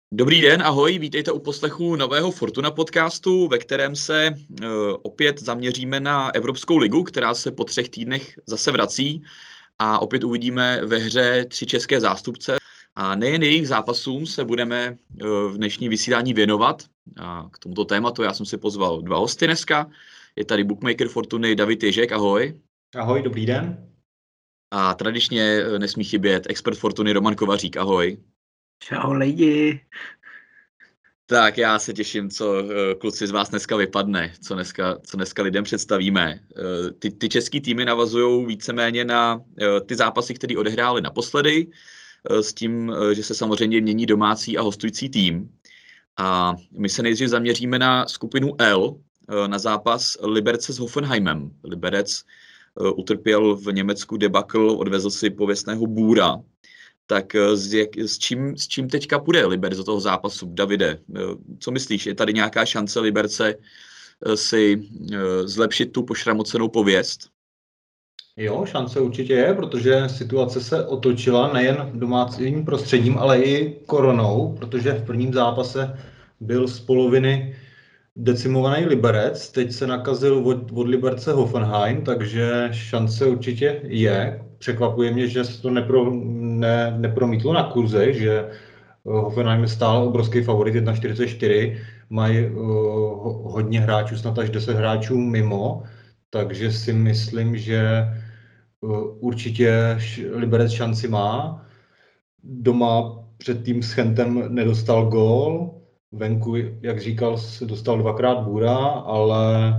Dobrý den, ahoj, vítejte u poslechu nového Fortuna podcastu, ve kterém se opět zaměříme na Evropskou ligu, která se po 3 týdnech zase vrací a opět uvidíme ve hře 3 české zástupce. A nejen jejich zápasům se budeme v dnešní vysílání věnovat. A k tomuto tématu já jsem si pozval 2 hosty dneska. Je tady bookmaker Fortuny David Ježek, ahoj. Ahoj, dobrý den. A tradičně nesmí chybět expert Fortuny Roman Kovařík, ahoj. Čau lidi. Tak já se těším, co kluci z vás dneska vypadne, co dneska lidem představíme. Ty český týmy navazují víceméně na ty zápasy, které odehrály naposledy, s tím, že se samozřejmě mění domácí a hostující tým. A my se nejdřív zaměříme na skupinu L, na zápas Liberce s Hoffenheimem. Liberec utrpěl v Německu debakl, odvezl si pověstného Bůra. Tak s čím teďka půjde Liberec do toho zápasu? Davide, co myslíš? Je tady nějaká šance Liberce si zlepšit tu pošramocenou pověst? Jo, šance určitě je, protože situace se otočila nejen domácím prostředím, ale i koronou, protože v prvním zápase byl z poloviny decimovaný Liberec, teď se nakazil od Liberce Hoffenheim, takže šance určitě je. Překvapuje mě, že se to nepromítlo na kurze, že Hoffenheim je stále obrovský favorit 1,44, mají hodně hráčů, snad až 10 hráčů mimo, takže si myslím, že určitě Liberec šanci má. Doma před tím Schentem nedostal gól, venku, jak říkal, se dostal 2krát Bůra, ale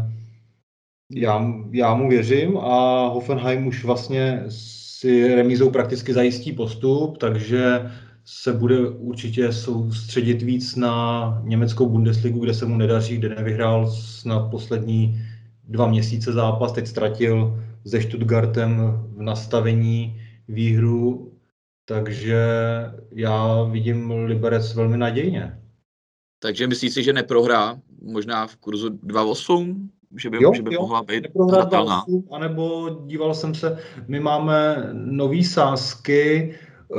já mu věřím a Hoffenheim už vlastně si remízou prakticky zajistí postup, takže se bude určitě soustředit víc na německou Bundesligu, kde se mu nedaří, kde nevyhrál snad poslední 2 měsíce zápas, teď ztratil se Stuttgartem v nastavení výhru, takže já vidím Liberec velmi nadějně. Takže myslíš si, že neprohrá možná v kurzu 2,8? Že by mohla být hratelná? Anebo díval jsem se, my máme nový sázky,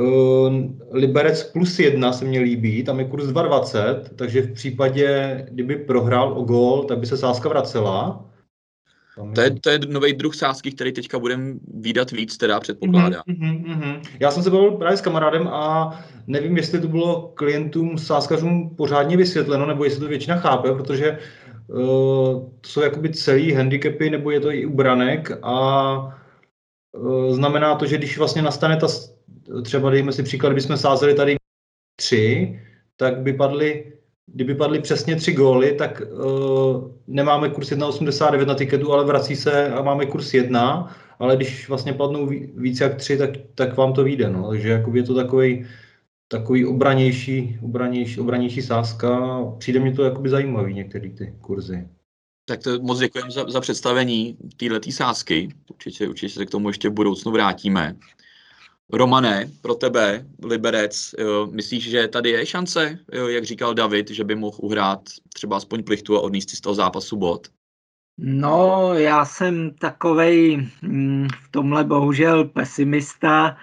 Liberec +1 se mě líbí, tam je kurz 2,20, takže v případě, kdyby prohrál o gól, tak by se sázka vracela. To je nový druh sázky, který teďka budeme vídat víc, teda předpokládám. Já jsem se bavil právě s kamarádem a nevím, jestli to bylo klientům, sázkařům pořádně vysvětleno, nebo jestli to většina chápe, protože to jsou jakoby celý handicapy, nebo je to i u branek a znamená to, že když vlastně nastane třeba dejme si příklad, kdybychom sázeli tady 3, tak by kdyby padly přesně 3 góly, tak nemáme kurz 1,89 na tiketu, ale vrací se a máme kurz 1, ale když vlastně padnou víc jak 3, tak vám to vyjde. No. Takže jakoby je to takový obranější sázka. Přijde mi to jakoby zajímavý, některé ty kurzy. Tak to moc děkujeme za představení téhletý sázky. Určitě se k tomu ještě v budoucnu vrátíme. Romane, pro tebe, Liberec, myslíš, že tady je šance, jak říkal David, že by mohl uhrát třeba aspoň plichtu a odníst si z toho zápasu bod? No, já jsem takovej v tomhle bohužel pesimista.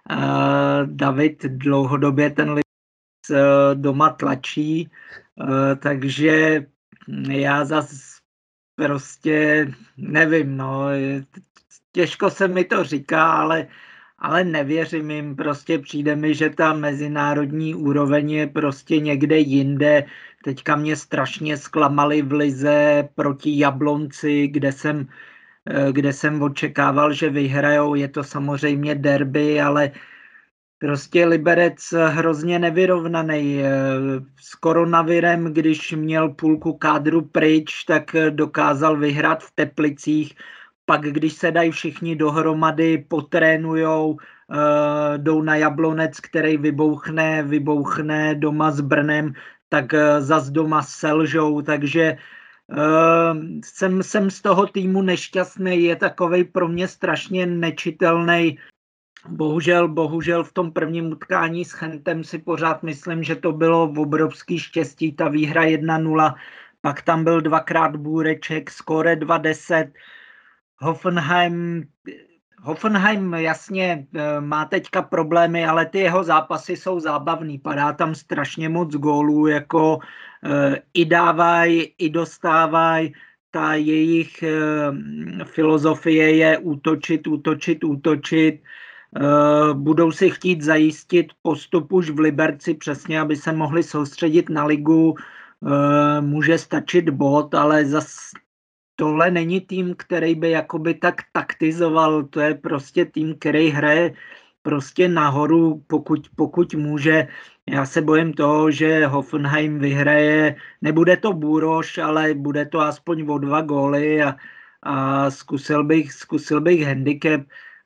David dlouhodobě ten Liberec doma tlačí, takže já zase prostě nevím, no, těžko se mi to říká, ale nevěřím jim, prostě přijde mi, že ta mezinárodní úroveň je prostě někde jinde. Teďka mě strašně zklamali v lize proti Jablonci, kde jsem očekával, že vyhrajou. Je to samozřejmě derby, ale prostě Liberec hrozně nevyrovnaný. S koronavirem, když měl půlku kádru pryč, tak dokázal vyhrát v Teplicích. Pak, když se dají všichni dohromady, potrénujou, jdou na Jablonec, který vybouchne doma s Brnem, tak zas doma selžou, takže jsem z toho týmu nešťastný, je takovej pro mě strašně nečitelný. Bohužel v tom prvním utkání s Chentem si pořád myslím, že to bylo obrovský štěstí, ta výhra 1-0, pak tam byl 2krát Bůreček, skóre 2-10, Hoffenheim Hoffenheim jasně má teďka problémy, ale ty jeho zápasy jsou zábavný. Padá tam strašně moc gólů, jako i dávají, i dostávají. Ta jejich filozofie je útočit. Budou si chtít zajistit postup už v Liberci přesně, aby se mohli soustředit na ligu. Může stačit bod, ale zas tohle není tým, který by jakoby tak taktizoval. To je prostě tým, který hraje prostě nahoru, pokud může. Já se bojím toho, že Hoffenheim vyhraje, nebude to bůroš, ale bude to aspoň o 2 góly a zkusil bych handicap.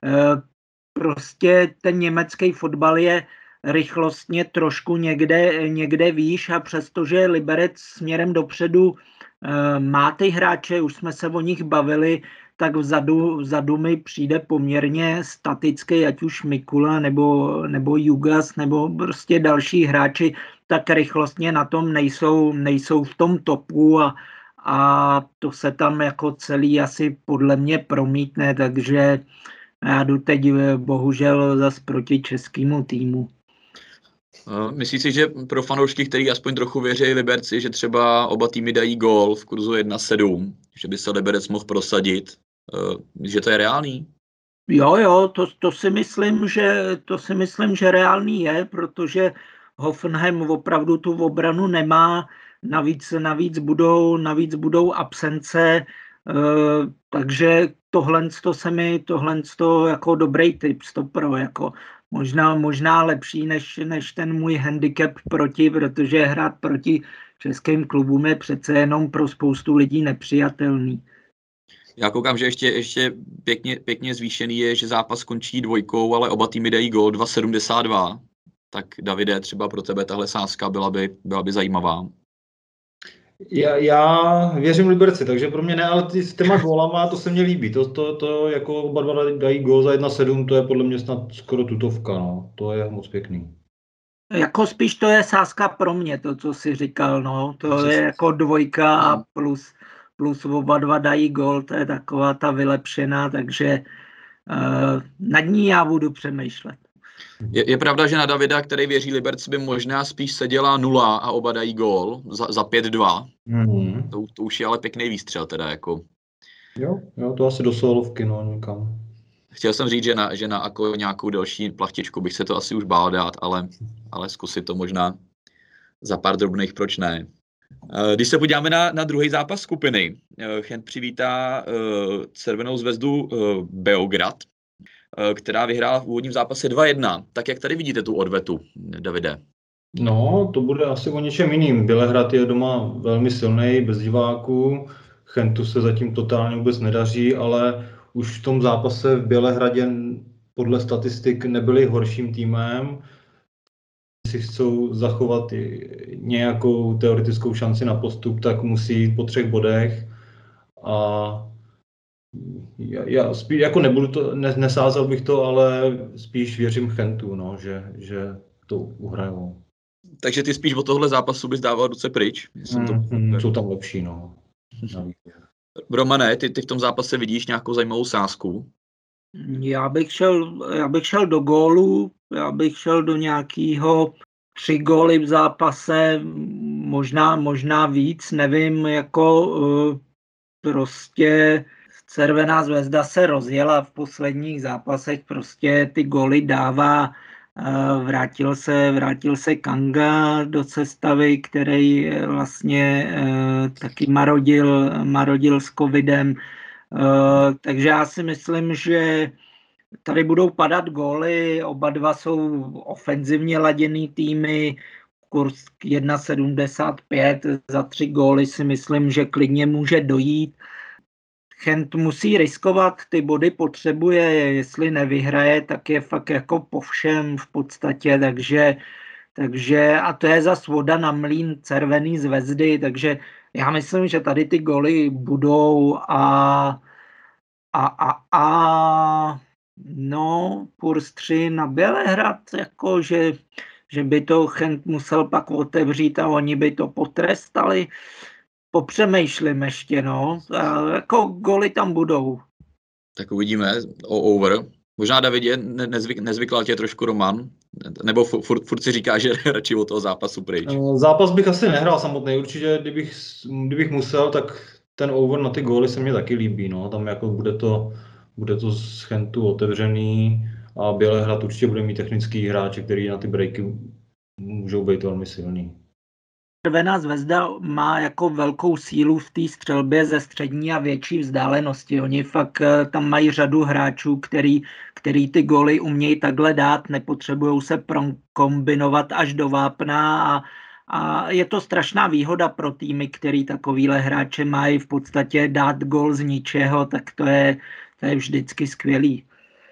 Prostě ten německý fotbal je rychlostně trošku někde výš a přestože Liberec směrem dopředu má ty hráče, už jsme se o nich bavili, tak vzadu mi přijde poměrně statický, ať už Mikula nebo Jugas nebo prostě další hráči, tak rychlostně na tom nejsou v tom topu a to se tam jako celý asi podle mě promítne, takže já jdu teď bohužel zas proti českému týmu. Myslíš si, že pro fanoušky, kteří aspoň trochu věří Liberci, že třeba oba týmy dají gól v kurzu 1-7, že by se Liberec mohl prosadit, že to je reálný? Jo, to si myslím, že reálný je, protože Hoffenheim opravdu tu obranu nemá, navíc budou absence, takže tohle jako dobrý tip, stopro, jako možná lepší než ten můj handicap protože hrát proti českým klubům je přece jenom pro spoustu lidí nepřijatelný. Já koukám, že ještě pěkně zvýšený je, že zápas končí 2, ale oba týmy dají gól 2,72. Tak Davide, třeba pro tebe tahle sázka byla by zajímavá. Já věřím Liberci, takže pro mě ne, ale s těma gólama to se mně líbí. To jako oba dva dají gól za 1,7, to je podle mě snad skoro tutovka, no. To je moc pěkný. Jako spíš to je sázka pro mě, to, co jsi říkal, no. To je jako 2 a plus oba dva dají gól, to je taková ta vylepšená, takže nad ní já budu přemýšlet. Je pravda, že na Davida, který věří Liberci, by možná spíš seděla 0 a oba dají gól za 5-2. To už je ale pěkný výstřel teda jako. Jo, to asi do solovky, no, někam. Chtěl jsem říct, že na jako nějakou další plachtičku bych se to asi už bál dát, ale zkusit to možná za pár drobných, proč ne. Když se podíváme na druhý zápas skupiny, Chent přivítá Červenou zvezdu Beograd, která vyhrála v úvodním zápase 2-1. Tak jak tady vidíte tu odvetu, Davide? No, to bude asi o něčem jiným. Bělehrad je doma velmi silný, bez diváků. Chentu se zatím totálně vůbec nedaří, ale už v tom zápase v Bělehradě podle statistik nebyli horším týmem. Si chcou zachovat nějakou teoretickou šanci na postup, tak musí jít po 3 bodech. A já spíš, jako nebudu to, nesázal bych to, ale spíš věřím Chentu, no, že to uhrajou. Takže ty spíš od tohle zápasu bys dával ruce pryč? Jsou tam lepší, no. Romane, ty v tom zápase vidíš nějakou zajímavou sázku? Já bych šel do gólu, já bych šel do nějakého 3 góly v zápase, možná víc, nevím, jako prostě Červená zvezda se rozjela v posledních zápasech, prostě ty góly dává, vrátil se Kanga do sestavy, který vlastně taky marodil s covidem, takže já si myslím, že tady budou padat góly, oba dva jsou ofenzivně laděný týmy, kurz 1,75 za 3 góly si myslím, že klidně může dojít. Chent musí riskovat, ty body potřebuje, jestli nevyhraje, tak je fakt jako po všem v podstatě, takže a to je zas voda na mlýn Červený zvezdy, takže já myslím, že tady ty góly budou a no, kurz 3 na Bělehrad, jako že by to Chent musel pak otevřít a oni by to potrestali. Popřemýšlím ještě, no. Jako góly tam budou. Tak uvidíme o over. Možná, Davidě, nezvyklal tě trošku Roman? Nebo furt si říká, že radši od toho zápasu pryč? Zápas bych asi nehrál samotný. Určitě, kdybych musel, tak ten over na ty góly se mně taky líbí. No. Tam jako bude to z Chentu otevřený a Bělehrad určitě bude mít technický hráče, který na ty breaky můžou být velmi silný. Červená Zvezda má jako velkou sílu v té střelbě ze střední a větší vzdálenosti. Oni fakt tam mají řadu hráčů, který ty góly umějí takhle dát, nepotřebují se kombinovat až do vápna a je to strašná výhoda pro týmy, který takovýhle hráče mají v podstatě dát gól z ničeho, tak to je vždycky skvělý.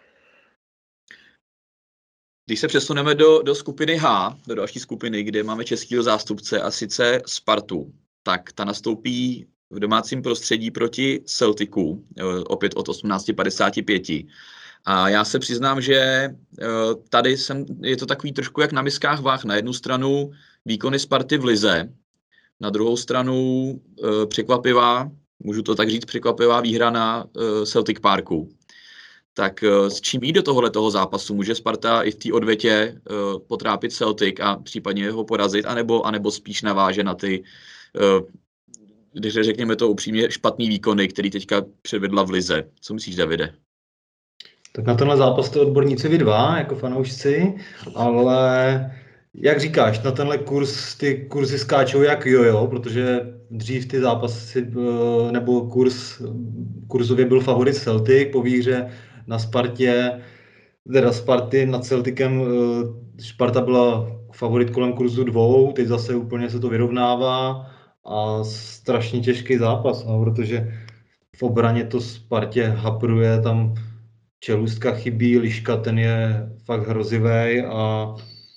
Když se přesuneme do skupiny H, do další skupiny, kde máme českého zástupce a sice Spartu, tak ta nastoupí v domácím prostředí proti Celticu, opět od 18:55. A já se přiznám, že tady je to takový trošku jak na miskách váh. Na jednu stranu výkony Sparty v lize, na druhou stranu překvapivá, můžu to tak říct, překvapivá výhra na Celtic Parku. Tak s čím jít do tohoto zápasu? Může Sparta i v té odvětě potrápit Celtic a případně ho porazit, anebo spíš naváže na ty, když řekněme to upřímně, špatný výkony, který teďka předvedla v lize. Co myslíš, Davide? Tak na tenhle zápas jste odborníci vy dva, jako fanoušci, ale jak říkáš, na tenhle kurz ty kurzy skáčou jak jojo, protože dřív ty zápasy, nebo kurzově byl favorit Celtic po výhře na Spartě, teda Sparty nad Celticem, Sparta byla favorit kolem kurzu 2, teď zase úplně se to vyrovnává a strašně těžký zápas, no, protože v obraně to Spartě hapruje, tam Čelustka chybí, Liška, ten je fakt hrozivý a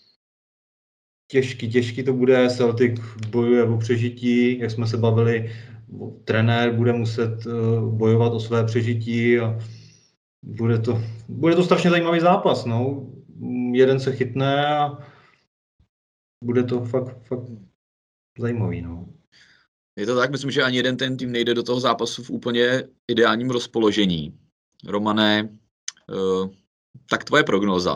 těžký to bude. Celtic bojuje o přežití, jak jsme se bavili, trenér bude muset bojovat o své přežití a bude to strašně zajímavý zápas. No. Jeden se chytne a bude to fakt zajímavý. No. Je to tak, myslím, že ani jeden ten tým nejde do toho zápasu v úplně ideálním rozpoložení. Romane, tak tvoje prognóza.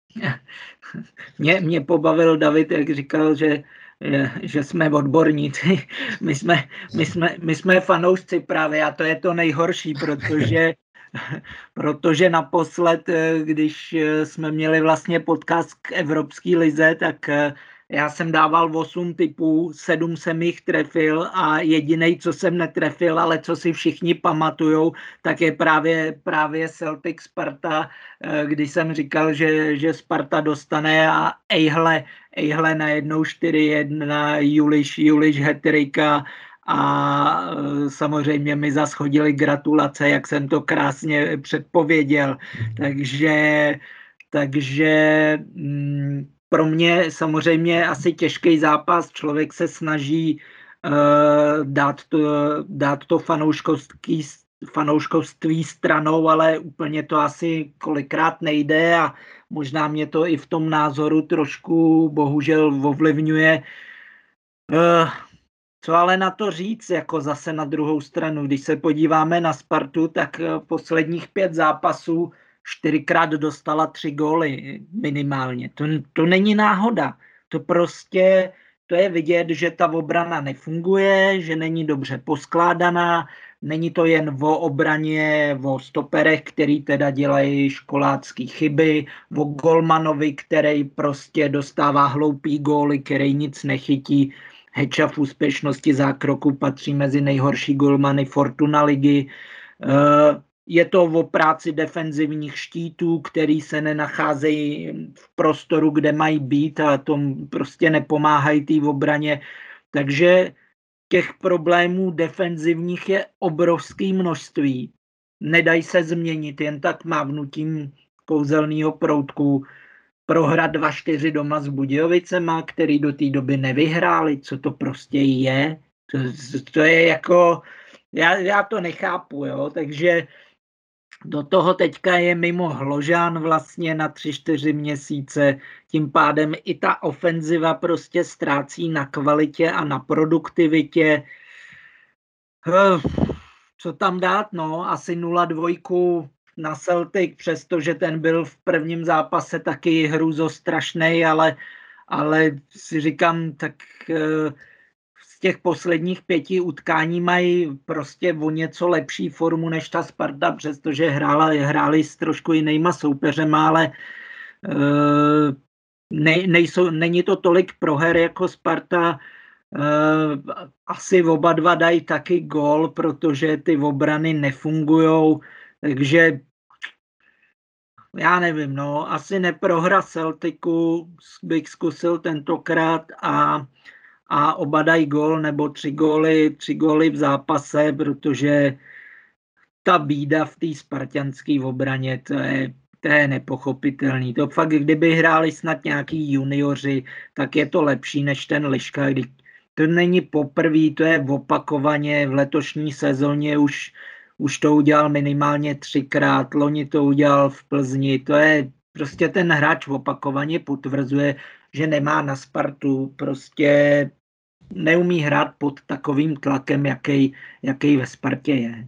Mě pobavil David, jak říkal, že jsme odborníci. My jsme fanoušci právě a to je to nejhorší, protože naposled, když jsme měli vlastně podcast k Evropské lize, tak já jsem dával 8 tipů, 7 jsem jich trefil a jedinej, co jsem netrefil, ale co si všichni pamatujou, tak je právě Celtic Sparta, když jsem říkal, že Sparta dostane a ejhle najednou 4-1, Juliš hat-tricka a samozřejmě mi zas chodily gratulace, jak jsem to krásně předpověděl. Takže pro mě samozřejmě asi těžký zápas. Člověk se snaží dát to fanouškovství stranou, ale úplně to asi kolikrát nejde a možná mě to i v tom názoru trošku bohužel ovlivňuje. Co ale na to říct, jako zase na druhou stranu, když se podíváme na Spartu, tak posledních 5 zápasů 4krát dostala 3 góly minimálně. To není náhoda. To je vidět, že ta obrana nefunguje, že není dobře poskládaná. Není to jen o obraně, o stoperech, který teda dělají školácký chyby, o golmanovi, který prostě dostává hloupý góly, který nic nechytí. Heča v úspěšnosti zákroku patří mezi nejhorší golmany Fortuna ligy. Je to o práci defenzivních štítů, který se nenacházejí v prostoru, kde mají být a tom prostě nepomáhají té obraně. Takže těch problémů defenzivních je obrovské množství. Nedají se změnit jen tak mávnutím kouzelného proutku. Prohrát 2-4 doma s Budějovicema, který do té doby nevyhráli. Co to prostě je? To je jako... Já to nechápu, jo? Takže do toho teďka je mimo Hložán vlastně na 3-4 měsíce. Tím pádem i ta ofenziva prostě ztrácí na kvalitě a na produktivitě. co tam dát, no, asi 0-2 na Celtic, přestože ten byl v prvním zápase taky hrůzostrašnej, ale si říkám, tak z těch posledních 5 utkání mají prostě o něco lepší formu než ta Sparta, přestože hráli s trošku jinýma soupeřema, ale není to tolik proher jako Sparta. Asi oba dva dají taky gól, protože ty obrany nefungujou, takže já nevím, no, asi neprohra Celticu bych zkusil tentokrát a oba dají gól nebo 3 góly v zápase, protože ta bída v té spartanské obraně, to je nepochopitelný. To fakt, kdyby hráli snad nějaký junioři, tak je to lepší než ten Liška. To není poprvé, to je opakovaně v letošní sezóně už to udělal minimálně 3krát, loni to udělal v Plzni. To je prostě ten hráč opakovaně potvrzuje, že nemá na Spartu, prostě neumí hrát pod takovým tlakem, jaký ve Spartě je.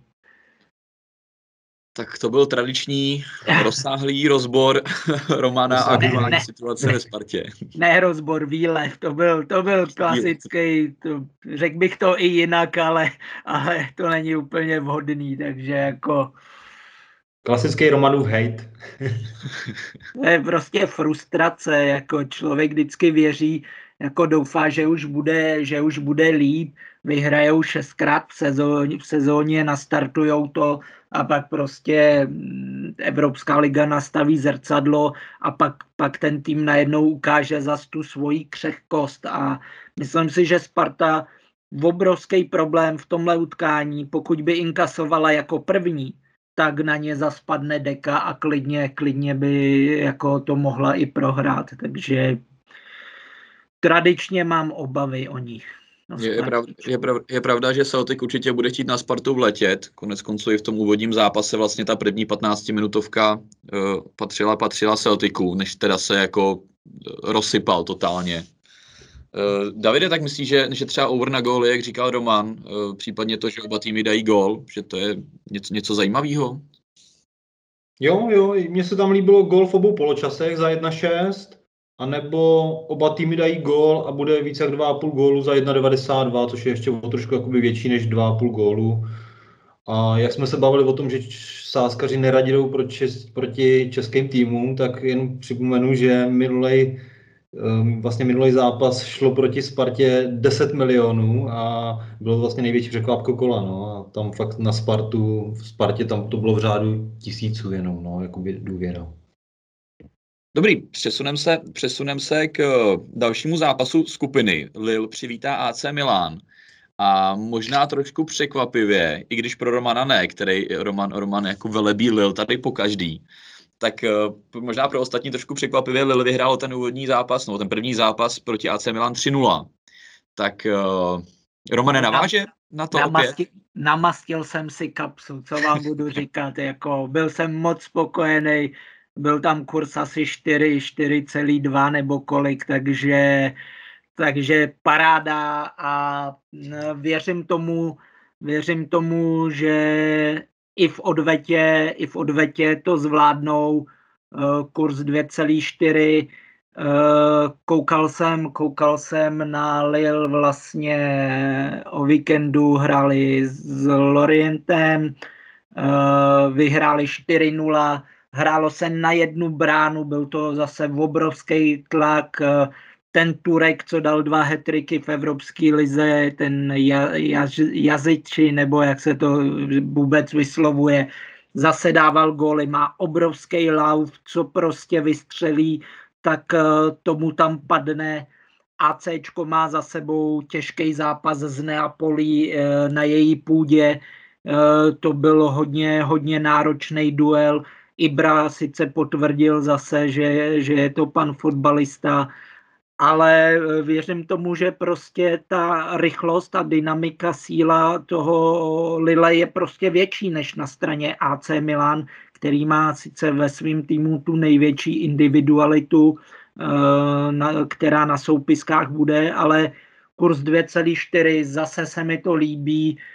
Tak to byl tradiční rozsáhlý rozbor Romana a aktuální situace ve Spartě. Ne rozbor, výlev, to byl klasický, řekl bych to i jinak, ale to není úplně vhodný, takže jako... Klasický Romanův hate. To je prostě frustrace, jako člověk vždycky věří, jako doufá, že už bude líp, vyhrajou 6krát v sezóně, nastartujou to a pak prostě Evropská liga nastaví zrcadlo a pak ten tým najednou ukáže zas tu svoji křehkost a myslím si, že Sparta obrovský problém v tomhle utkání, pokud by inkasovala jako první, tak na ně zaspadne deka a klidně by jako to mohla i prohrát, takže tradičně mám obavy o nich. Je pravda, že Celtic určitě bude chtít na Spartu vletět. Konec konců i v tom úvodním zápase vlastně ta první 15-minutovka patřila Celticu, než teda se jako rozsypal totálně. Davide, tak myslíš, že třeba over na góly, jak říkal Roman, případně to, že oba týmy dají gól, že to je něco zajímavého? Jo, mně se tam líbilo gól v obou poločasech za 1-6, anebo oba týmy dají gól a bude více jak 2,5 gólu za 1,92, což je ještě o trošku jakoby větší než 2,5 gólu. A jak jsme se bavili o tom, že sázkaři neradi jdou proti českým týmům, tak jen připomenu, že minulý zápas šlo proti Spartě 10 milionů a bylo vlastně největší překvapko kola. No. A tam fakt na Spartě tam to bylo v řádu 1000 jenom, no, jakoby důvěra. Dobrý, přesunem se k dalšímu zápasu skupiny. Lille přivítá AC Milan. A možná trošku překvapivě, i když pro Romana ne, který Roman jako velebí Lille tady pokaždý, tak možná pro ostatní trošku překvapivě Lille vyhrál ten úvodní zápas, ten první zápas proti AC Milan 3-0. Tak Romane, naváže na to opět? Namastil jsem si kapsu, co vám budu říkat, jako byl jsem moc spokojený, byl tam kurz asi 4,2 nebo kolik, takže paráda a věřím tomu, že i v odvetě to zvládnou, kurz 2,4. Koukal jsem na Lille vlastně o víkendu, hráli s Lorientem, vyhráli 4-0, hrálo se na 1 bránu, byl to zase obrovský tlak. Ten Turek, co dal 2 hat-tricky v Evropské lize, ten Jazyči, nebo jak se to vůbec vyslovuje, zase dával góly, má obrovský lauf, co prostě vystřelí, tak tomu tam padne. ACčko má za sebou těžký zápas z Neapolí na její půdě, to byl hodně náročný duel. Ibra sice potvrdil zase, že je to pan fotbalista, ale věřím tomu, že prostě ta rychlost a dynamika, síla toho Lille je prostě větší než na straně AC Milan, který má sice ve svém týmu tu největší individualitu, která na soupiskách bude, ale kurz 2,4, zase se mi to líbí.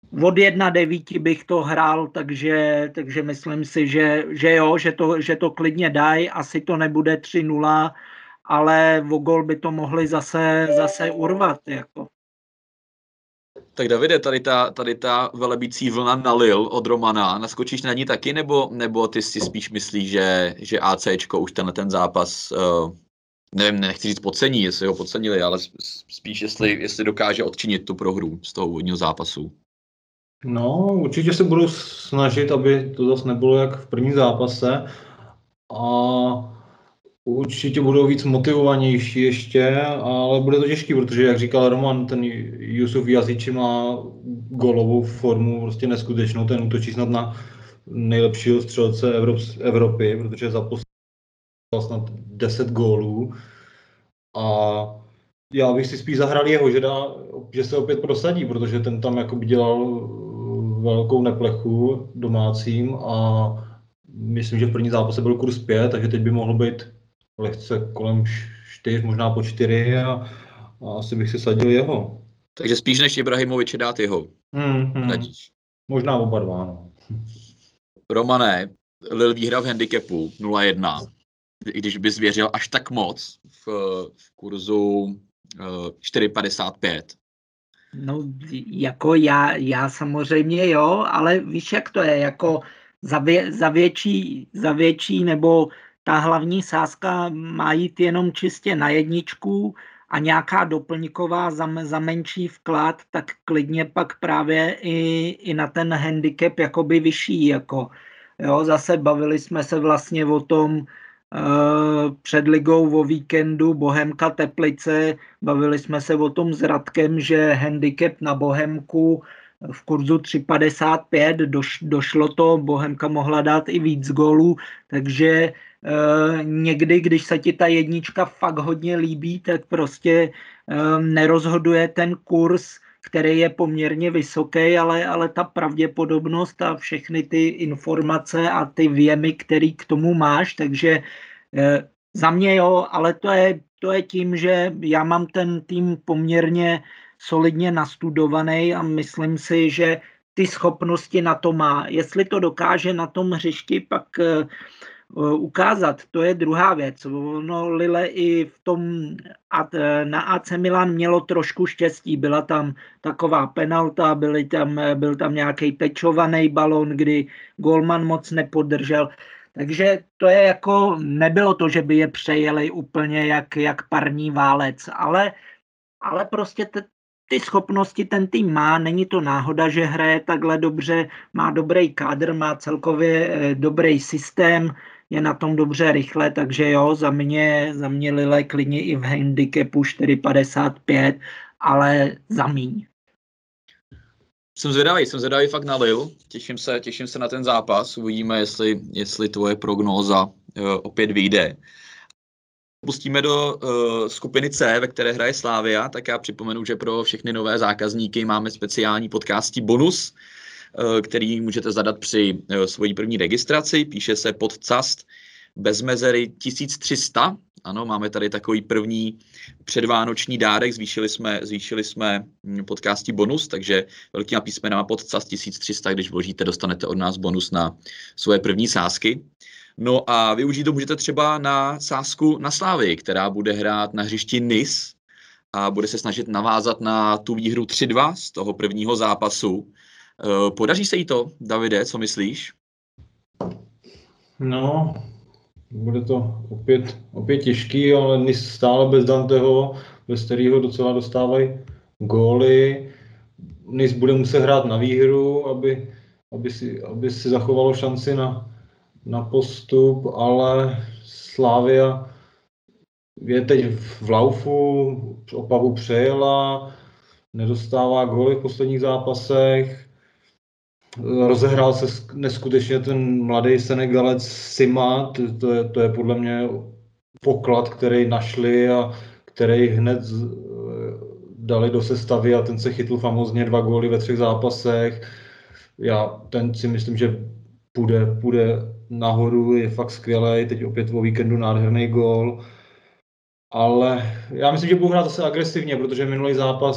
Od 1-9 bych to hrál, takže myslím si, že jo, že to klidně dají. Asi to nebude 3-0, ale o gol by to mohli zase urvat. Jako. Tak Davide, tady ta velebící vlna na Lille od Romana, naskočíš na ní taky, nebo ty si spíš myslíš, že ACčko už ten zápas, nevím, nechci říct podcení, jestli ho podcenili, ale spíš jestli dokáže odčinit tu prohru z toho úvodního zápasu. No, určitě se budou snažit, aby to zase nebylo jak v prvním zápase a určitě budou víc motivovanější ještě, ale bude to těžký, protože jak říkal Roman, ten Jusuf Jaziči má gólovou formu prostě neskutečnou, ten útočí snad na nejlepšího střelce Evropy, protože zaposlal snad 10 gólů a já bych si spíš zahrál jeho, že se opět prosadí, protože ten tam jako by dělal velkou neplechu domácím a myslím, že v první zápase byl kurz 5, takže teď by mohlo být lehce kolem 4, možná po 4 a asi bych si sadil jeho. Takže spíš než Ibrahimoviče dát jeho. Možná oba dva, no. Romane, Lille výhra v handicapu 0-1. Když bys věřil až tak moc v kurzu 4,55. No, jako já samozřejmě jo, ale víš, jak to je, jako za větší nebo ta hlavní sázka má jít jenom čistě na jedničku a nějaká doplňková za menší vklad, tak klidně pak právě i na ten handicap jakoby vyšší, jako jo, zase bavili jsme se vlastně o tom před ligou o víkendu Bohemka Teplice, bavili jsme se o tom s Radkem, že handicap na Bohemku v kurzu 3,55 došlo to, Bohemka mohla dát i víc gólů, takže někdy, když se ti ta jednička fakt hodně líbí, tak prostě nerozhoduje ten kurz, který je poměrně vysoký, ale ta pravděpodobnost a všechny ty informace a ty věmy, který k tomu máš, takže za mě jo, ale to je tím, že já mám ten tým poměrně solidně nastudovaný a myslím si, že ty schopnosti na to má. Jestli to dokáže na tom hřišti pak ukázat, to je druhá věc. No, Lille i v tom na AC Milan mělo trošku štěstí. Byla tam taková penalta, byl tam nějaký tečovaný balon, kdy golman moc nepodržel. Takže to je jako, nebylo to, že by je přejeli úplně jak parní válec, ale prostě ty schopnosti ten tým má, není to náhoda, že hraje takhle dobře, má dobrý kádr, má celkově dobrý systém, je na tom dobře rychle, takže jo, za mě Lille klidně i v handicapu 4,55, ale za míň. Jsem zvědavý fakt na Lille, těším se na ten zápas, uvidíme, jestli tvoje prognóza opět vyjde. Pustíme do skupiny C, ve které hraje Slavia, tak já připomenu, že pro všechny nové zákazníky máme speciální podcastí bonus, který můžete zadat při svojí první registraci. Píše se podcast bez mezery 1300. Ano, máme tady takový první předvánoční dárek, zvýšili jsme podcastí bonus, takže velkýma písmenama podcast 1300, když vložíte, dostanete od nás bonus na svoje první sázky. No a využít to můžete třeba na sázku na Slavii, která bude hrát na hřišti Nice a bude se snažit navázat na tu výhru 3-2 z toho prvního zápasu. Podaří se jí to, Davide, co myslíš? No, bude to opět těžký, ale Nice stále bez Danteho, bez kterého docela dostávají góly. Nice bude muset hrát na výhru, aby si zachovalo šanci na postup, ale Slavia je teď v laufu, Opavu přejela, nedostává góly v posledních zápasech. Rozehrál se neskutečně ten mladý Senegalec Sima, to je podle mě poklad, který našli a který hned dali do sestavy a ten se chytl famózně 2 góly ve 3 zápasech. Ten si myslím, že půjde nahoru, je fakt skvělý, teď opět o víkendu nádherný gól. Ale já myslím, že budou hrát zase agresivně, protože minulý zápas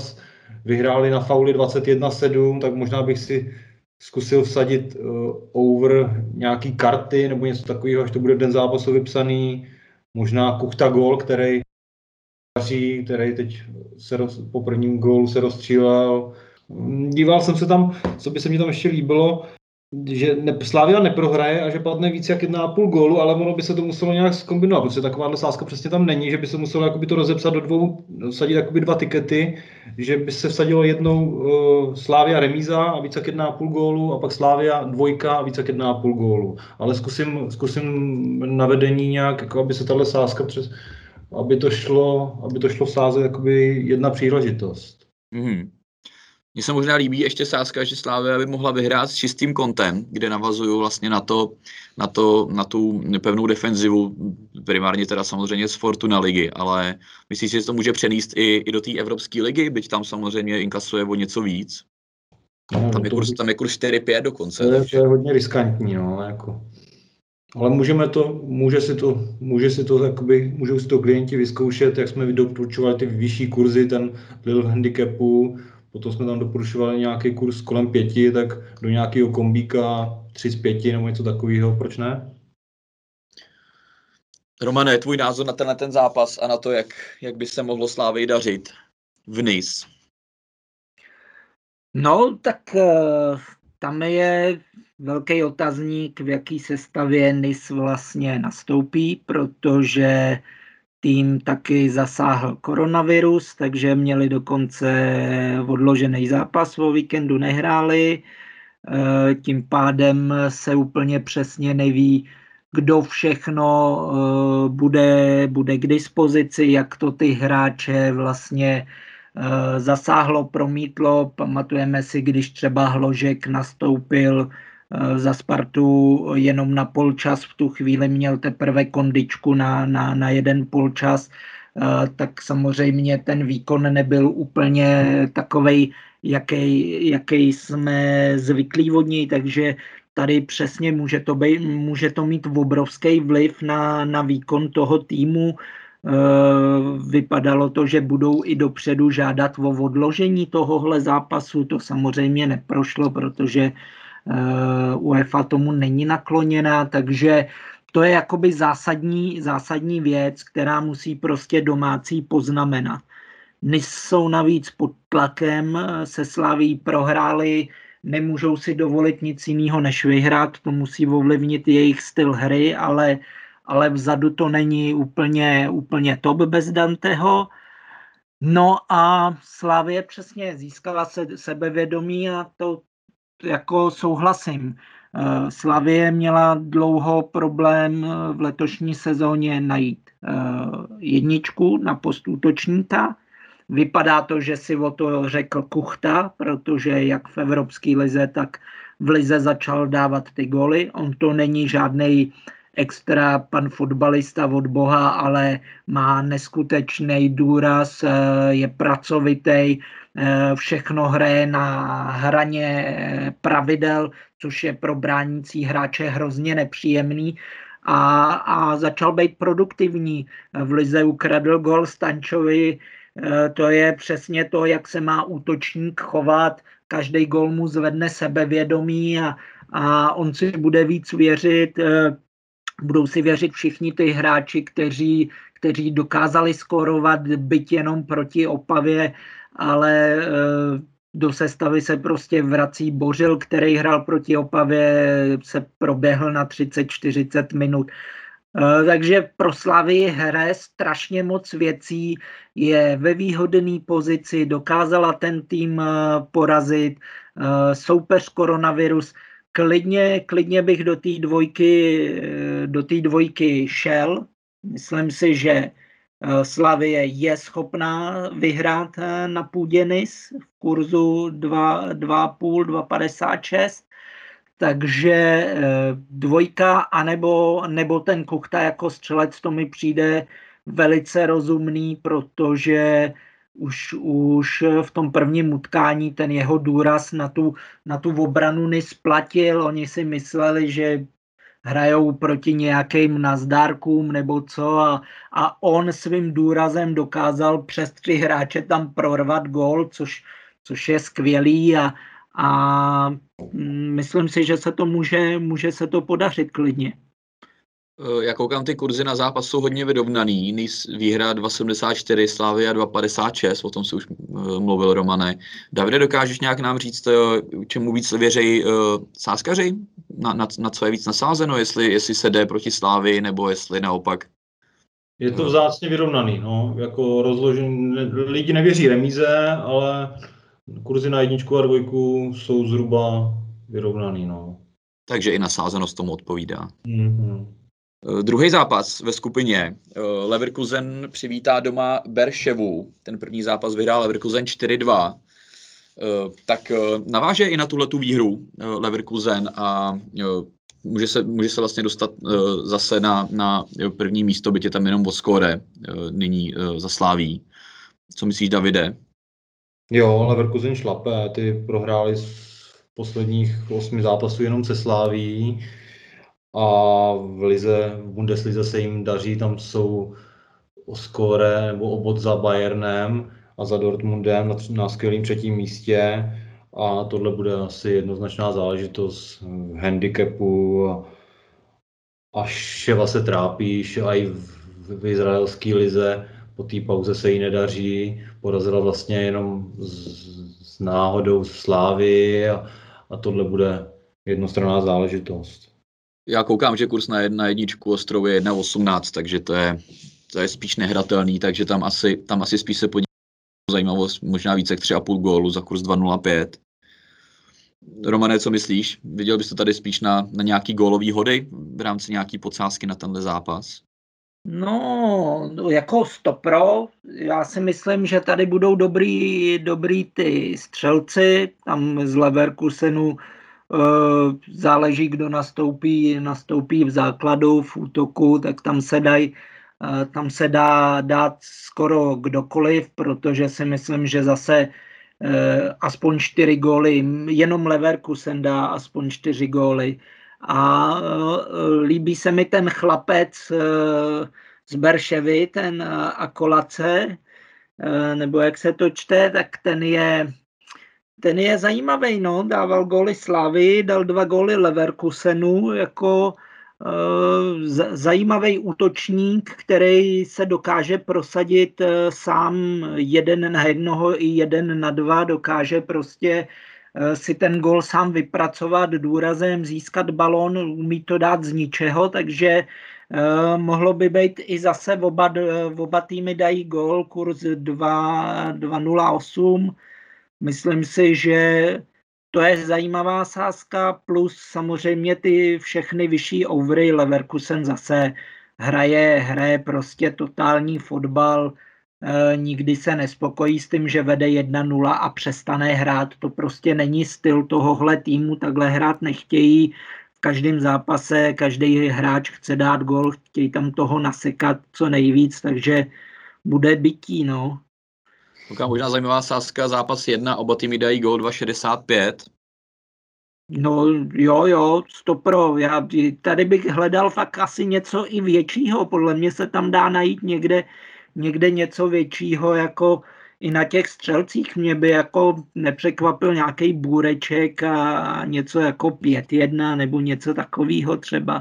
vyhráli na fauly 21-7, tak možná bych si zkusil vsadit over nějaký karty nebo něco takového, až to bude den zápasu vypsaný. Možná Kuchta gól, který teď po prvním gólu se rozstřílel. Díval jsem se tam, co by se mi tam ještě líbilo, že Slavia neprohraje a že padne víc jak 1,5 gólu, ale ono by se to muselo nějak zkombinovat, protože takováhle sázka přesně tam není, že by se muselo jakoby to rozepsat do dvou, vsadit jakoby 2 tikety, že by se vsadilo jednou Slavia remíza a víc jak 1,5 gólu a pak Slavia 2 a víc jak 1,5 gólu. Ale zkusím na vedení nějak, jako aby se tahle sázka aby to šlo sázet jakoby jedna příležitost. Mm-hmm. Mně se možná líbí ještě sázka, že Slavia by mohla vyhrát s čistým kontem, kde navazují vlastně na tu pevnou defenzivu, primárně teda samozřejmě z Fortuna ligy, ale myslíš, že to může přenést i do té Evropské ligy, byť tam samozřejmě inkasuje o něco víc? Tam je kurz 4-5 dokonce. To je hodně riskantní, no, jako. Ale můžou si to klienti vyzkoušet, jak jsme doporučovali ty vyšší kurzy, ten little handicapu, potom jsme tam doporučovali nějaký kurz kolem 5, tak do nějakého kombíka 3 z 5 nebo něco takového, proč ne? Romane, tvůj názor na ten zápas a na to, jak by se mohlo Slavii dařit v Nice? No, tak tam je velký otazník, v jaký sestavě Nice vlastně nastoupí, protože tým taky zasáhl koronavirus, takže měli dokonce odložený zápas, o víkendu nehráli. Tím pádem se úplně přesně neví, kdo všechno bude k dispozici, jak to ty hráče vlastně zasáhlo, promítlo. Pamatujeme si, když třeba Hložek nastoupil za Spartu jenom na polčas, v tu chvíli měl teprve kondičku na jeden polčas, tak samozřejmě ten výkon nebyl úplně takovej, jaký jsme zvyklí od něj, takže tady přesně může to mít obrovský vliv na výkon toho týmu. Vypadalo to, že budou i dopředu žádat o odložení tohohle zápasu, to samozřejmě neprošlo, protože UEFA tomu není nakloněná, takže to je jakoby zásadní věc, která musí prostě domácí poznamenat. Nice jsou navíc pod tlakem, se Slaví prohráli, nemůžou si dovolit nic jiného než vyhrát, to musí ovlivnit jejich styl hry, ale vzadu to není úplně top bez Danteho. No a Slavie přesně získala sebevědomí a to jako souhlasím. Slavie měla dlouho problém v letošní sezóně najít jedničku na post útočníka. Vypadá to, že si o to řekl Kuchta, protože jak v Evropské lize, tak v lize začal dávat ty góly. On to není žádnej extra pan fotbalista od Boha, ale má neskutečný důraz, je pracovitý, všechno hraje na hraně pravidel, což je pro bránící hráče hrozně nepříjemný a začal být produktivní. V lize ukradl gól Stančovi, to je přesně to, jak se má útočník chovat, každý gól mu zvedne sebevědomí a on si bude víc věřit. Budou si věřit všichni ty hráči, kteří dokázali skórovat, byť jenom proti Opavě, ale do sestavy se prostě vrací Bořil, který hrál proti Opavě, se proběhl na 30-40 minut. Takže pro Slavii hraje strašně moc věcí, je ve výhodné pozici, dokázala ten tým porazit, soupeř koronavirus. Klidně bych do té dvojky šel. Myslím si, že Slavie je schopná vyhrát na půdě Nice v kurzu 2,5-2,56. Takže dvojka nebo ten Kuchta jako střelec, to mi přijde velice rozumný, protože už v tom prvním utkání ten jeho důraz na tu obranu nesplatil. Oni si mysleli, že hrajou proti nějakým nazdárkům nebo co a on svým důrazem dokázal přes 3 hráče tam prorvat gól, což je skvělý a myslím si, že se to může se to podařit klidně. Já koukám, ty kurzy na zápas jsou hodně vyrovnaný. Nice výhra 2,74, Slavia 2,56, o tom si už mluvil, Romane. Davide, dokážeš nějak nám říct, čemu víc věří sázkaři? Na co je víc nasázeno, jestli se jde proti Slávii, nebo jestli naopak? Je to vzácně vyrovnaný, no, jako lidi nevěří remíze, ale kurzy na 1 a 2 jsou zhruba vyrovnaný, no. Takže i nasázenost tomu odpovídá. Mm-hmm. Druhý zápas ve skupině. Leverkusen přivítá doma Berševu. Ten první zápas vyhrál Leverkusen 4-2. Tak naváže i na tuhletu výhru Leverkusen a může se vlastně dostat zase na první místo, byť je tam jenom o skóre nyní za Slaví. Co myslíš, Davide? Jo, Leverkusen šlape, ty prohráli z posledních 8 zápasů jenom se Slaví a v Bundeslize se jim daří, tam jsou o skóre nebo o bod za Bayernem a za Dortmundem na skvělém 3. místě a tohle bude asi jednoznačná záležitost handicapu a Ševa se trápíš a i v izraelské lize po té pauze se jí nedaří, porazila vlastně jenom s náhodou Slávy a tohle bude jednostranná záležitost. Já koukám, že kurz na 1 Ostrovy je 1,18, takže to je spíš nehratelný, takže tam asi spíš se podívám zajímavost, možná více jak 3,5 gólu za kurz 2,05. Romane, co myslíš? Viděl bys to tady spíš na nějaký gólový hody v rámci nějaký podsázky na tenhle zápas? No, jako stopro, já si myslím, že tady budou dobrý ty střelci, tam z Leverkusenu záleží, kdo nastoupí v základu, v útoku, tak tam se dá dát skoro kdokoliv, protože si myslím, že zase aspoň 4 góly, jenom Leverkusen dá aspoň 4 góly. A líbí se mi ten chlapec z Berševy, ten Akolace, nebo jak se to čte, tak ten je zajímavý, no, dával góly Slavii, dal 2 góly Leverkusenu, jako zajímavý útočník, který se dokáže prosadit sám 1 na 1 i 1 na 2, dokáže prostě si ten gól sám vypracovat důrazem, získat balón, umí to dát z ničeho, takže mohlo by být i zase oba týmy dají gól, kurz 2,08. Myslím si, že to je zajímavá sázka, plus samozřejmě ty všechny vyšší overy. Leverkusen zase hraje prostě totální fotbal, nikdy se nespokojí s tím, že vede 1-0 a přestane hrát. To prostě není styl tohohle týmu, takhle hrát nechtějí. V každém zápase každý hráč chce dát gól, chtějí tam toho nasekat co nejvíc, takže bude bytí, no. Možná zajímavá sázka, zápas 1, oba týmy dají gól 2,65. No jo, stopro. Já tady bych hledal fakt asi něco i většího. Podle mě se tam dá najít někde něco většího, jako i na těch střelcích. Mě by jako nepřekvapil nějaký bůreček a něco jako 5-1 nebo něco takového třeba.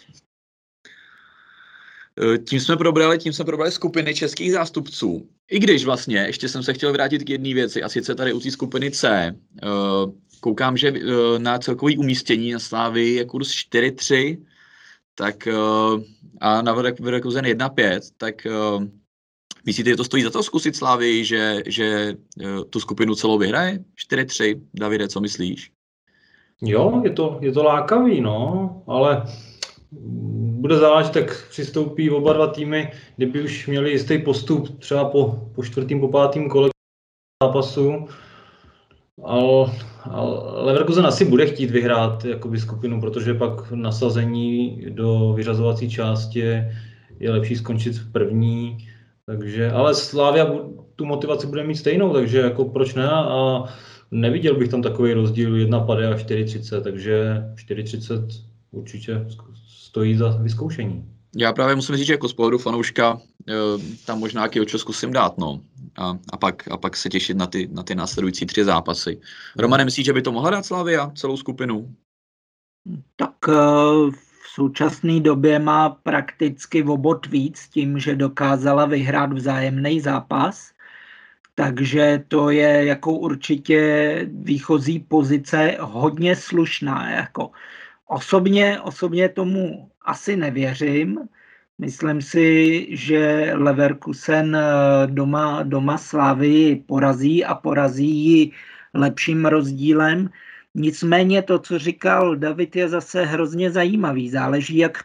Tím jsme probrali skupiny českých zástupců. I když vlastně, ještě jsem se chtěl vrátit k jedné věci, a sice tady u té skupiny C. Koukám, že na celkový umístění na Slávii je kurz 4-3, tak a na Leverkusen 1-5, tak myslíte, že to stojí za to zkusit Slávii, že tu skupinu celou vyhraje? 4-3, Davide, co myslíš? Jo, je to lákavý, no, ale bude záležet, jak přistoupí oba dva týmy, kdyby už měli jistý postup třeba po 4. po 5. kole zápasu. Ale Leverkusen asi bude chtít vyhrát jakoby skupinu, protože pak nasazení do vyřazovací části je lepší skončit v první. Takže, ale Slavia tu motivaci bude mít stejnou, takže jako proč ne? A neviděl bych tam takový rozdíl 1,50 a 4,30, takže 4,30 určitě stojí za vyzkoušení. Já právě musím říct, že jako z pohledu fanouška tam možná Kyoto zkusím dát, no. A pak se těšit na ty následující 3 zápasy. Romane, myslíš, že by to mohla dát Slavia celou skupinu? Tak v současné době má prakticky o bod víc tím, že dokázala vyhrát vzájemný zápas. Takže to je jako určitě výchozí pozice hodně slušná. Jako osobně tomu asi nevěřím. Myslím si, že Leverkusen doma Slavii porazí ji lepším rozdílem. Nicméně to, co říkal David, je zase hrozně zajímavý. Záleží, jak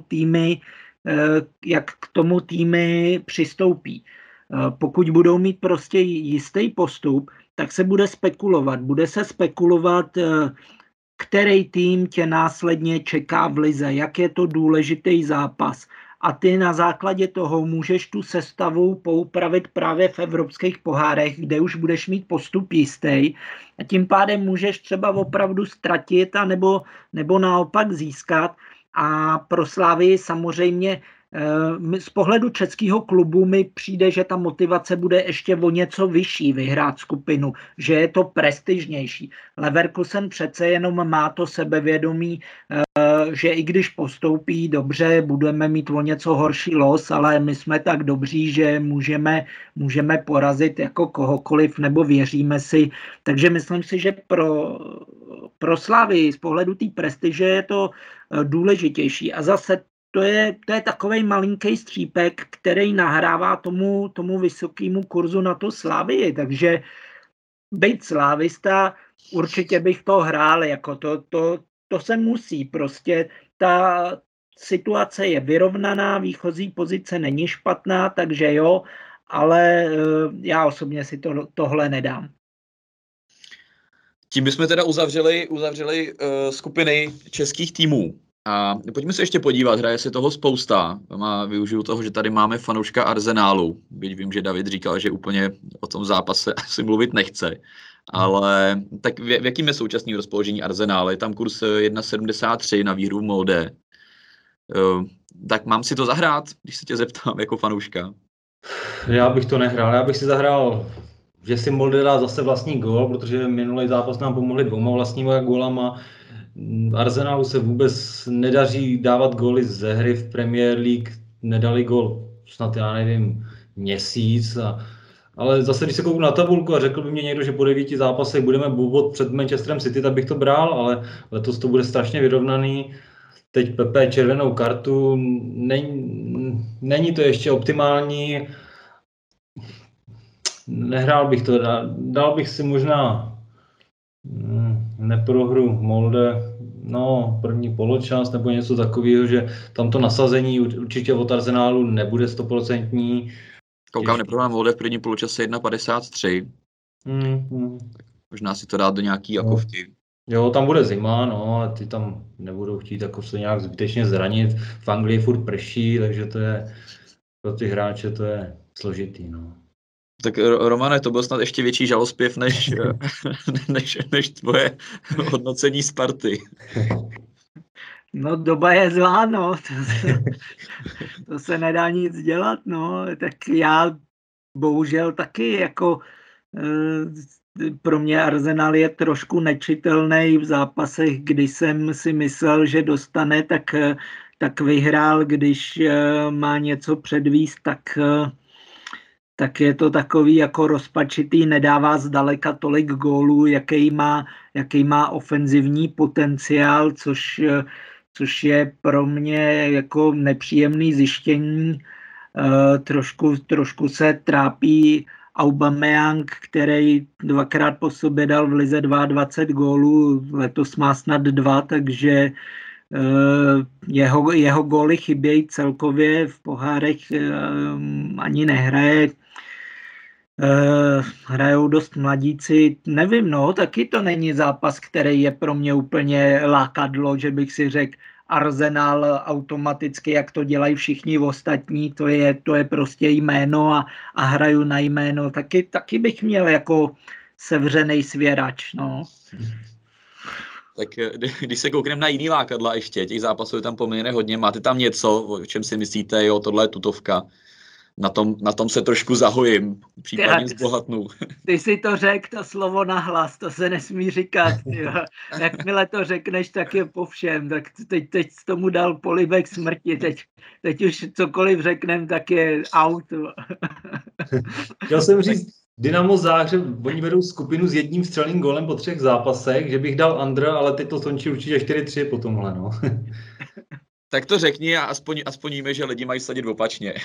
k tomu týmy přistoupí. Pokud budou mít prostě jistý postup, tak se bude spekulovat. Bude se spekulovat, který tým tě následně čeká v lize, jak je to důležitý zápas. A ty na základě toho můžeš tu sestavu poupravit právě v evropských pohárech, kde už budeš mít postup jistý. A tím pádem můžeš třeba opravdu ztratit nebo naopak získat. A pro Slavii samozřejmě z pohledu českého klubu mi přijde, že ta motivace bude ještě o něco vyšší vyhrát skupinu, že je to prestižnější. Leverkusen přece jenom má to sebevědomí, že i když postoupí dobře, budeme mít o něco horší los, ale my jsme tak dobří, že můžeme porazit jako kohokoliv, nebo věříme si. Takže myslím si, že pro Slavii z pohledu té prestiže je to důležitější. A zase to je takovej malinký střípek, který nahrává tomu vysokému kurzu na to Slavii. Takže být slávista, určitě bych to hrál, jako to se musí. Prostě ta situace je vyrovnaná, výchozí pozice není špatná, takže jo, ale já osobně si tohle nedám. Tím bychom teda uzavřeli skupiny českých týmů. A pojďme se ještě podívat, hraje se toho spousta. Využiju toho, že tady máme fanouška Arsenálu. Byť vím, že David říkal, že úplně o tom zápase asi mluvit nechce. Ale tak v jakým je současný rozpoložení Arsenálu? Je tam kurz 1,73 na výhru v Molde. Tak mám si to zahrát, když se tě zeptám jako fanouška? Já bych to nehrál. Já bych si zahrál, že si Molde dá zase vlastní gól, protože minulý zápas nám pomohli 2 vlastníma gólama. Arsenalu se vůbec nedaří dávat góly ze hry v Premier League. Nedali gól snad, já nevím, měsíc. Ale zase, když se kouknu na tabulku a řekl by mě někdo, že po 9 zápasech budeme bod před Manchesterem City, tak bych to bral, ale letos to bude strašně vyrovnaný. Teď Pepe červenou kartu, není to ještě optimální. Nehrál bych to, dal bych si možná neprohru Molde, první poločas nebo něco takového, že tam to nasazení určitě od Arsenálu nebude 100%. Koukám, neprohrál Molde v první poločase 1,53. Možná si to dát do nějaký jakovky. Jo, tam bude zima, a ty tam nebudou chtít jako se nějak zbytečně zranit. V Anglii furt prší, takže to je pro ty hráče to je složitý, Tak Romane, to byl snad ještě větší žalospěv než tvoje hodnocení Sparty. No, doba je zlá, to se nedá nic dělat, tak já bohužel taky jako pro mě Arsenal je trošku nečitelný v zápasech, kdy jsem si myslel, že dostane, tak vyhrál, když má něco předvíst, tak je to takový jako rozpačitý, nedává zdaleka tolik gólů, jaký má ofenzivní potenciál, což je pro mě jako nepříjemný zjištění. Trošku se trápí Aubameyang, který 2krát po sobě dal v lize 22 gólů, letos má snad 2, takže jeho góly chybějí celkově, v pohárech ani nehraje. Hrajou dost mladíci, nevím, taky to není zápas, který je pro mě úplně lákadlo, že bych si řekl Arsenal automaticky, jak to dělají všichni ostatní, to je prostě jméno a hraju na jméno, taky bych měl jako sevřenej svěrač, Tak když se koukneme na jiný lákadla ještě, těch zápasů je tam poměrně hodně, máte tam něco, o čem si myslíte, jo, tohle je tutovka, na tom se trošku zahojím, případně zbohatnu. Ty si to řekl, to slovo nahlas, to se nesmí říkat. Jo. Jakmile to řekneš, tak je po všem. Tak teď tomu dal polibek smrti. Teď už cokoliv řeknem, tak je out. Chtěl jsem říct, Dynamo Záhřeb, oni vedou skupinu s jedním střelným gólem po 3 zápasech, že bych dal under, ale teď to skončí určitě 4-3 po tomhle, no. Tak to řekni a aspoň víme, že lidi mají sadit opačně.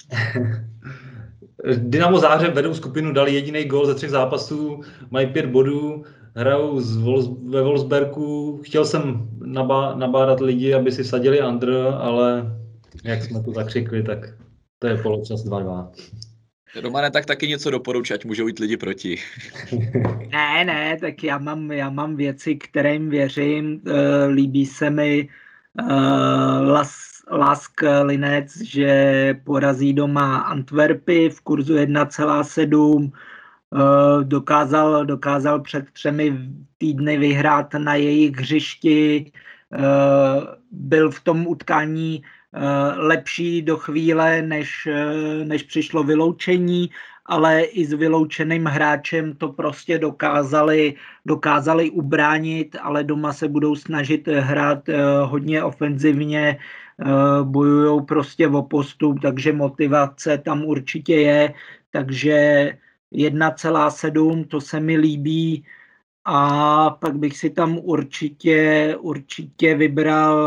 Dynamo Záhřeb vedou skupinu, dali jediný gól ze 3 zápasů, mají 5 bodů, hrajou ve Wolfsbergu. Chtěl jsem nabádat lidi, aby si vsadili under, ale jak jsme to zakřikli, tak to je poločas 2-2. Romane, tak taky něco doporučit, ať můžou jít lidi proti. Ne, tak já mám věci, kterým věřím. Líbí se mi Lask Linec, že porazí doma Antwerpy v kurzu 1,7. Dokázal před 3 týdny vyhrát na jejich hřišti. Byl v tom utkání lepší do chvíle, než přišlo vyloučení, ale i s vyloučeným hráčem to prostě dokázali ubránit, ale doma se budou snažit hrát hodně ofenzivně, bojujou prostě o postup, takže motivace tam určitě je, takže 1,7, to se mi líbí. A pak bych si tam určitě vybral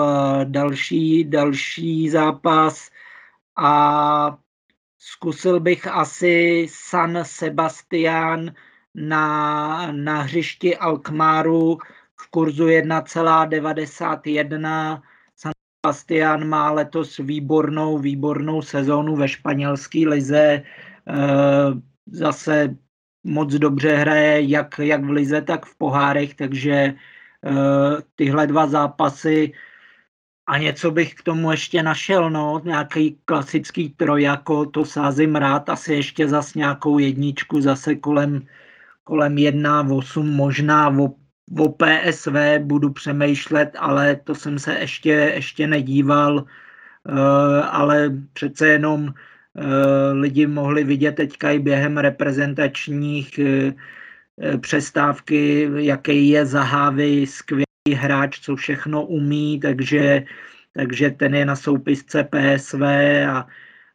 další zápas a zkusil bych asi San Sebastián na hřišti Alkmaru v kurzu 1,91. San Sebastián má letos výbornou sezónu ve španělské lize. Zase moc dobře hraje jak v lize, tak v pohárech, takže tyhle 2 zápasy a něco bych k tomu ještě našel, no, nějaký klasický trojako, to sázím rád, asi ještě zas nějakou jedničku, zase kolem 1,8, možná o PSV budu přemýšlet, ale to jsem se ještě nedíval, ale přece jenom lidi mohli vidět teďka i během reprezentačních přestávky, jaký je Zahavi, skvělý hráč, co všechno umí, takže ten je na soupisce PSV a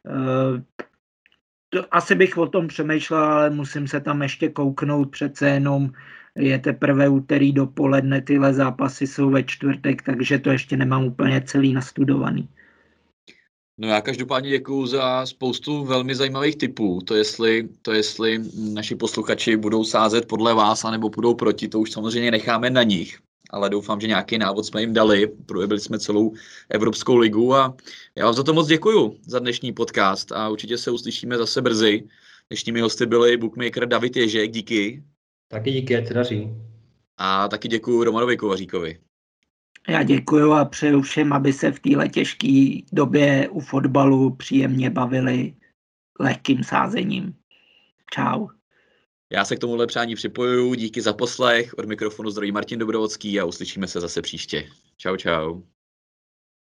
asi bych o tom přemýšlel, ale musím se tam ještě kouknout, přece jenom je teprve úterý dopoledne, tyhle zápasy jsou ve čtvrtek, takže to ještě nemám úplně celý nastudovaný. No já každopádně děkuju za spoustu velmi zajímavých tipů. To jestli naši posluchači budou sázet podle vás, anebo budou proti, to už samozřejmě necháme na nich. Ale doufám, že nějaký návod jsme jim dali. Projevili jsme celou Evropskou ligu a já vám za to moc děkuju za dnešní podcast a určitě se uslyšíme zase brzy. Dnešními hosty byli bookmaker David Ježek, díky. Taky díky, ať se daří. A taky děkuju Romanovi Kovaříkovi. Já děkuju a přeju všem, aby se v téhle těžké době u fotbalu příjemně bavili lehkým sázením. Čau. Já se k tomuhle přání připojuju. Díky za poslech. Od mikrofonu zdraví Martin Dobrovodský a uslyšíme se zase příště. Čau, čau.